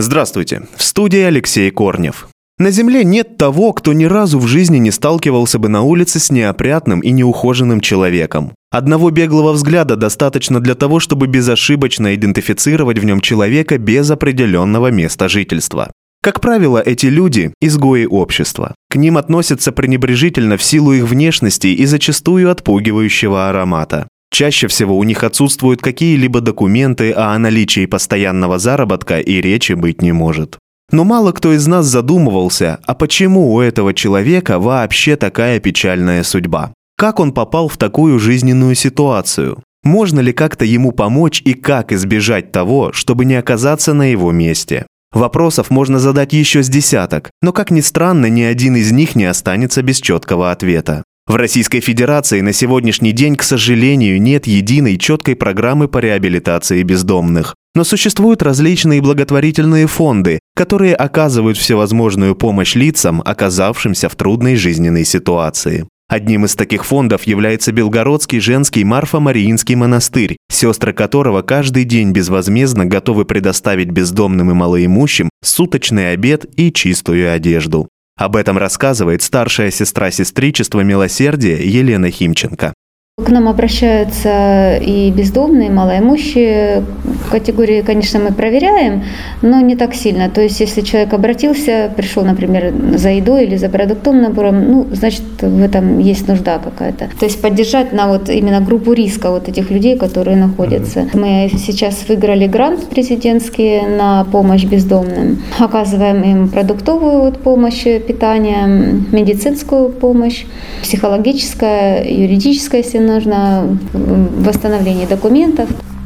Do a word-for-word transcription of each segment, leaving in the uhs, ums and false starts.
Здравствуйте, в студии Алексей Корнев. На Земле нет того, кто ни разу в жизни не сталкивался бы на улице с неопрятным и неухоженным человеком. Одного беглого взгляда достаточно для того, чтобы безошибочно идентифицировать в нем человека без определенного места жительства. Как правило, эти люди – изгои общества. К ним относятся пренебрежительно в силу их внешности и зачастую отпугивающего аромата. Чаще всего у них отсутствуют какие-либо документы, а о наличии постоянного заработка и речи быть не может. Но мало кто из нас задумывался, а почему у этого человека вообще такая печальная судьба? Как он попал в такую жизненную ситуацию? Можно ли как-то ему помочь и как избежать того, чтобы не оказаться на его месте? Вопросов можно задать еще с десяток, но, как ни странно, ни один из них не останется без четкого ответа. В Российской Федерации на сегодняшний день, к сожалению, нет единой четкой программы по реабилитации бездомных. Но существуют различные благотворительные фонды, которые оказывают всевозможную помощь лицам, оказавшимся в трудной жизненной ситуации. Одним из таких фондов является Белгородский женский Марфа-Мариинский монастырь, сестры которого каждый день безвозмездно готовы предоставить бездомным и малоимущим суточный обед и чистую одежду. Об этом рассказывает старшая сестра сестричества Милосердия Елена Химченко. К нам обращаются и бездомные, и малоимущие. Категории, конечно, мы проверяем, но не так сильно. То есть, если человек обратился, пришел, например, за едой или за продуктовым набором, ну, значит, в этом есть нужда какая-то. То есть, поддержать на вот именно группу риска вот этих людей, которые находятся. Мы сейчас выиграли грант президентский на помощь бездомным. Оказываем им продуктовую вот помощь, питание, медицинскую помощь, психологическая, юридическая, если нужно, восстановление документов,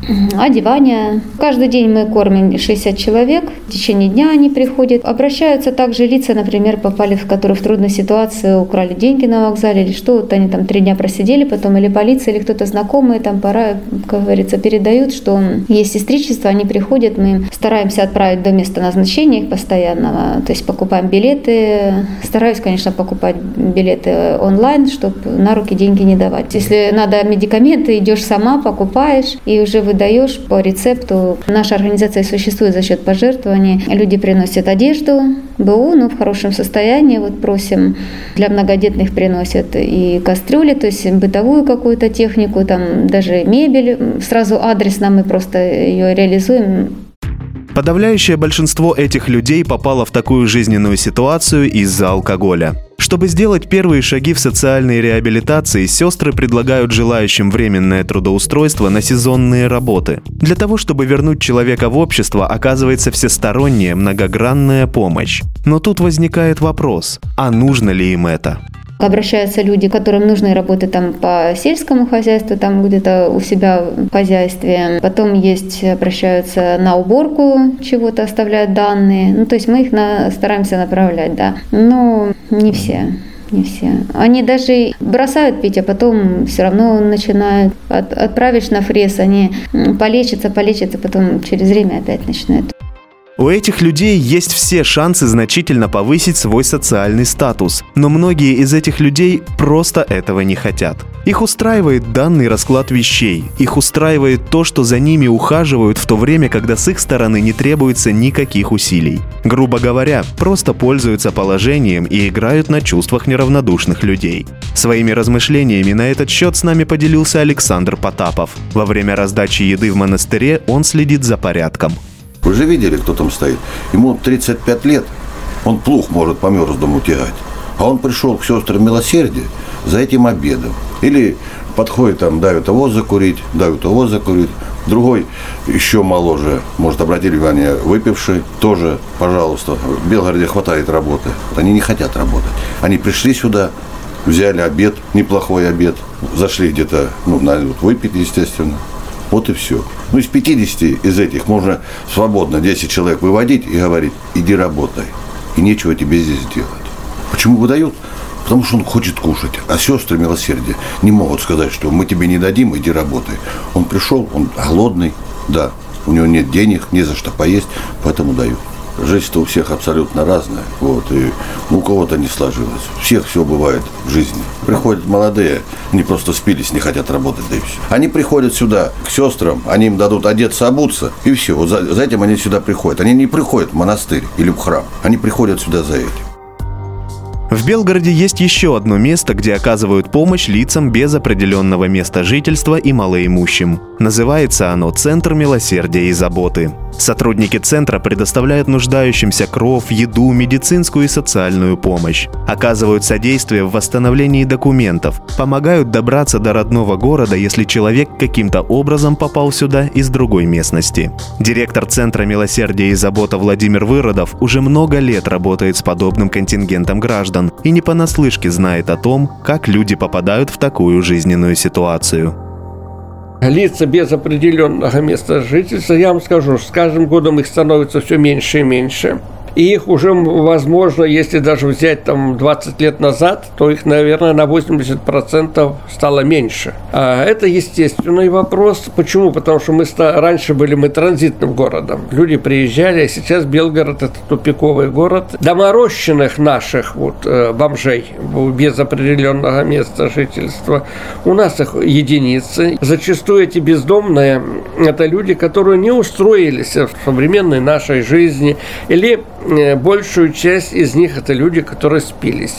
одевание. Каждый день мы кормим шестьдесят человек, в течение дня они приходят. Обращаются также лица, например, попали, в которые в трудной ситуации, украли деньги на вокзале или что, вот они там три дня просидели, потом или полиция, или кто-то знакомый, там пора, как говорится, передают, что есть сестричество, они приходят, мы стараемся отправить до места назначения их постоянного, то есть покупаем билеты, стараюсь, конечно, покупать билеты онлайн, чтобы на руки деньги не давать. Если надо медикаменты, идешь сама, покупаешь и уже вы даешь по рецепту. Наша организация существует за счет пожертвований. Люди приносят одежду, БУ, ну, в хорошем состоянии, вот просим. Для многодетных приносят и кастрюли, то есть бытовую какую-то технику, там даже мебель. Сразу адресно мы просто ее реализуем. Подавляющее большинство этих людей попало в такую жизненную ситуацию из-за алкоголя. Чтобы сделать первые шаги в социальной реабилитации, сестры предлагают желающим временное трудоустройство на сезонные работы. Для того, чтобы вернуть человека в общество, оказывается всесторонняя, многогранная помощь. Но тут возникает вопрос, а нужно ли им это? Обращаются люди, которым нужны работы там по сельскому хозяйству, там где-то у себя в хозяйстве. Потом есть, обращаются на уборку чего-то, оставляют данные. Ну, то есть мы их на, стараемся направлять, да. Но не все. Не все. Они даже бросают пить, а потом все равно начинают. От, отправишь на фрез, они полечатся, полечатся, потом через время опять начинают. У этих людей есть все шансы значительно повысить свой социальный статус, но многие из этих людей просто этого не хотят. Их устраивает данный расклад вещей, их устраивает то, что за ними ухаживают в то время, когда с их стороны не требуется никаких усилий. Грубо говоря, просто пользуются положением и играют на чувствах неравнодушных людей. Своими размышлениями на этот счет с нами поделился Александр Потапов. Во время раздачи еды в монастыре он следит за порядком. Вы же видели, кто там стоит? Ему тридцать пять лет, он плуг может по мерзному тягать. А он пришел к сестрам Милосердия за этим обедом. Или подходит там, дают его закурить, дают его закурить. Другой, еще моложе, может, обратили внимание, выпивший, тоже, пожалуйста, в Белгороде хватает работы. Они не хотят работать. Они пришли сюда, взяли обед, неплохой обед, зашли где-то, ну, вот, выпить, естественно. Вот и все. Ну, из пятидесяти из этих можно свободно десять человек выводить и говорить, иди работай. И нечего тебе здесь делать. Почему выдают? Потому что он хочет кушать. А сестры Милосердия не могут сказать, что мы тебе не дадим, иди работай. Он пришел, он голодный, да. У него нет денег, не за что поесть, поэтому дают. Жизнь-то у всех абсолютно разная. Вот, и у кого-то не сложилось. У всех все бывает в жизни. Приходят молодые, они просто спились, не хотят работать, да и все. Они приходят сюда к сестрам, они им дадут одеться, обуться, и все. Вот за, за этим они сюда приходят. Они не приходят в монастырь или в храм. Они приходят сюда за этим. В Белгороде есть еще одно место, где оказывают помощь лицам без определенного места жительства и малоимущим. Называется оно «Центр милосердия и заботы». Сотрудники центра предоставляют нуждающимся кров, еду, медицинскую и социальную помощь. Оказывают содействие в восстановлении документов. Помогают добраться до родного города, если человек каким-то образом попал сюда из другой местности. Директор Центра милосердия и заботы Владимир Выродов уже много лет работает с подобным контингентом граждан и не понаслышке знает о том, как люди попадают в такую жизненную ситуацию. Лица без определенного места жительства, я вам скажу, с каждым годом их становится все меньше и меньше. И их уже, возможно, если даже взять там двадцать лет назад, то их, наверное, на восемьдесят процентов стало меньше. А это естественный вопрос. Почему? Потому что мы раньше были мы транзитным городом. Люди приезжали, а сейчас Белгород – это тупиковый город. Доморощенных наших вот, бомжей без определенного места жительства у нас их единицы. Зачастую эти бездомные – это люди, которые не устроились в современной нашей жизни или большую часть из них это люди, которые спились.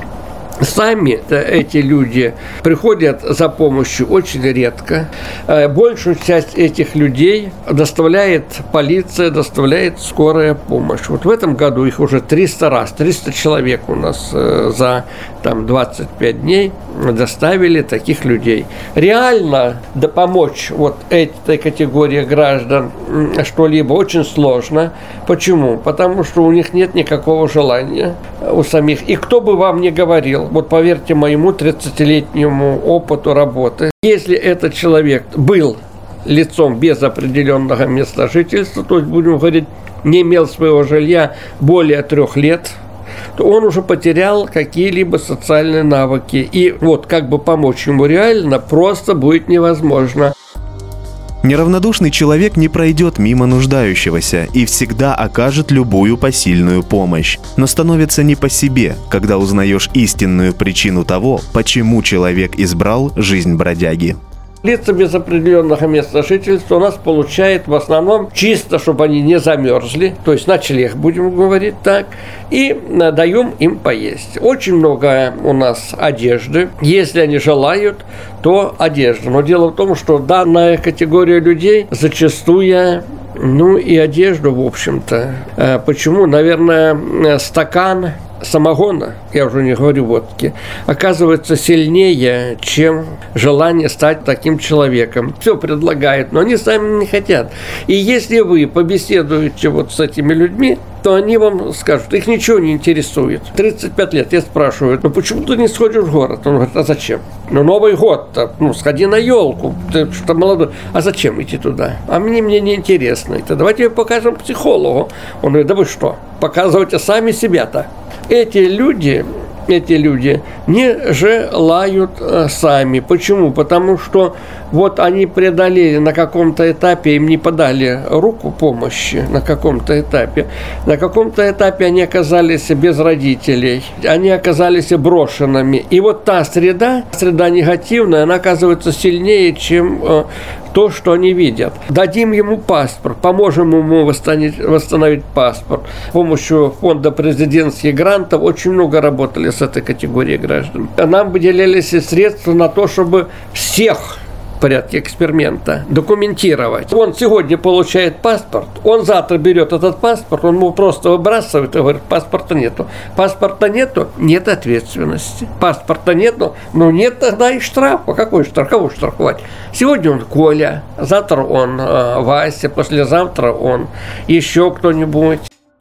Сами эти люди приходят за помощью очень редко. Большую часть этих людей доставляет полиция, доставляет скорая помощь. Вот в этом году их уже триста раз, триста человек у нас за там, двадцать пять дней доставили таких людей. Реально да, помочь вот этой категории граждан что-либо очень сложно. Почему? Потому что у них нет никакого желания у самих. И кто бы вам ни говорил, вот поверьте моему тридцатилетнему опыту работы, если этот человек был лицом без определенного места жительства, то есть, будем говорить, не имел своего жилья более трех лет, то он уже потерял какие-либо социальные навыки. И вот как бы помочь ему реально просто будет невозможно. Неравнодушный человек не пройдет мимо нуждающегося и всегда окажет любую посильную помощь. Но становится не по себе, когда узнаешь истинную причину того, почему человек избрал жизнь бродяги. Лица без определенного места жительства у нас получают в основном чисто, чтобы они не замерзли, то есть ночлег, будем говорить так, и даем им поесть. Очень много у нас одежды. Если они желают, то одежда. Но дело в том, что данная категория людей зачастую, ну и одежду, в общем-то. Почему? Наверное, стакан самогона, я уже не говорю водки, оказывается сильнее, чем желание стать таким человеком. Все предлагают, но они сами не хотят. И если вы побеседуете вот с этими людьми, то они вам скажут, их ничего не интересует. тридцать пять лет, я спрашиваю, ну почему ты не сходишь в город? Он говорит, а зачем? Ну новый год-то, ну сходи на елку, ты что молодой. А зачем идти туда? А мне, мне не интересно. Это давайте покажем психологу. Он говорит, да вы что, показывайте сами себя-то. Эти люди, эти люди не желают сами. Почему? Потому что вот они преодолели на каком-то этапе, им не подали руку помощи на каком-то этапе. На каком-то этапе они оказались без родителей, они оказались брошенными. И вот та среда, среда негативная, она оказывается сильнее, чем то, что они видят. Дадим ему паспорт, поможем ему восстановить, восстановить паспорт. С помощью фонда президентских грантов очень много работали с этой категорией граждан. Нам выделялись средства на то, чтобы всех в порядке эксперимента документировать. Он сегодня получает паспорт, он завтра берет этот паспорт, он его просто выбрасывает и говорит, паспорта нету. Паспорта нету, нет ответственности. Паспорта нету, ну нет тогда и штрафа. Какой штраф? Кого штрафовать? Сегодня он Коля, завтра он э, Вася, послезавтра он еще кто-нибудь.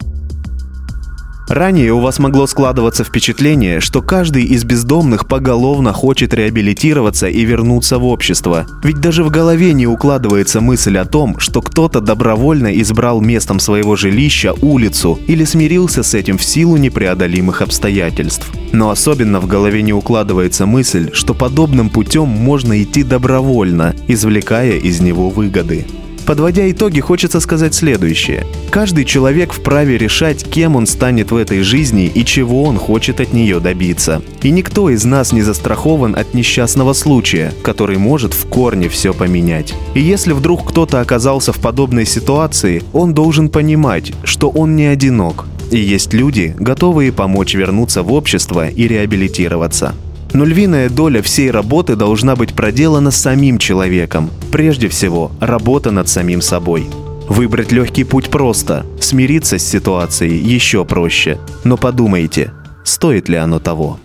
Ранее у вас могло складываться впечатление, что каждый из бездомных поголовно хочет реабилитироваться и вернуться в общество. Ведь даже в голове не укладывается мысль о том, что кто-то добровольно избрал местом своего жилища улицу или смирился с этим в силу непреодолимых обстоятельств. Но особенно в голове не укладывается мысль, что подобным путем можно идти добровольно, извлекая из него выгоды. Подводя итоги, хочется сказать следующее. Каждый человек вправе решать, кем он станет в этой жизни и чего он хочет от нее добиться. И никто из нас не застрахован от несчастного случая, который может в корне все поменять. И если вдруг кто-то оказался в подобной ситуации, он должен понимать, что он не одинок. И есть люди, готовые помочь вернуться в общество и реабилитироваться. Но львиная доля всей работы должна быть проделана самим человеком. Прежде всего, работа над самим собой. Выбрать легкий путь просто, смириться с ситуацией еще проще. Но подумайте, стоит ли оно того?